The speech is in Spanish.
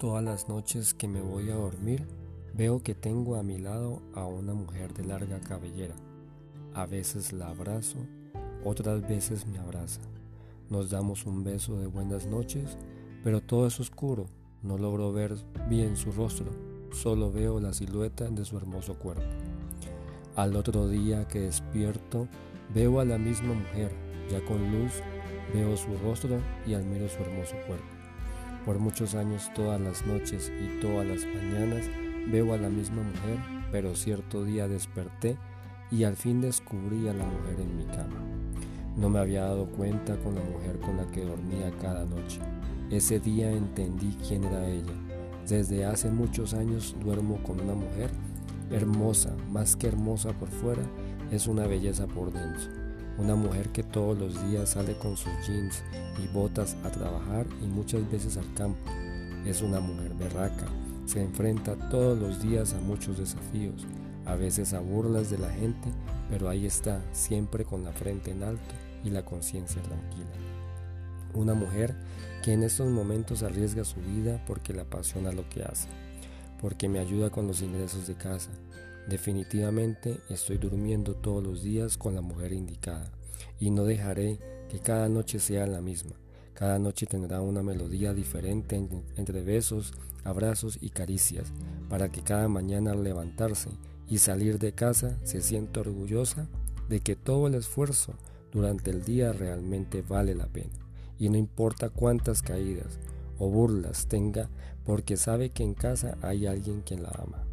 Todas las noches que me voy a dormir, veo que tengo a mi lado a una mujer de larga cabellera. A veces la abrazo, otras veces me abraza. Nos damos un beso de buenas noches, pero todo es oscuro. No logro ver bien su rostro, solo veo la silueta de su hermoso cuerpo. Al otro día que despierto, veo a la misma mujer, ya con luz, veo su rostro y admiro su hermoso cuerpo. Por muchos años, todas las noches y todas las mañanas, veo a la misma mujer, pero cierto día desperté y al fin descubrí a la mujer en mi cama. No me había dado cuenta con la mujer con la que dormía cada noche. Ese día entendí quién era ella. Desde hace muchos años duermo con una mujer hermosa, más que hermosa por fuera, es una belleza por dentro. Una mujer que todos los días sale con sus jeans y botas a trabajar y muchas veces al campo. Es una mujer berraca, se enfrenta todos los días a muchos desafíos, a veces a burlas de la gente, pero ahí está, siempre con la frente en alto y la conciencia tranquila. Una mujer que en estos momentos arriesga su vida porque le apasiona lo que hace, porque me ayuda con los ingresos de casa. Definitivamente estoy durmiendo todos los días con la mujer indicada y no dejaré que cada noche sea la misma. Cada noche tendrá una melodía diferente entre besos, abrazos y caricias, para que cada mañana al levantarse y salir de casa se sienta orgullosa de que todo el esfuerzo durante el día realmente vale la pena, y no importa cuántas caídas o burlas tenga, porque sabe que en casa hay alguien quien la ama.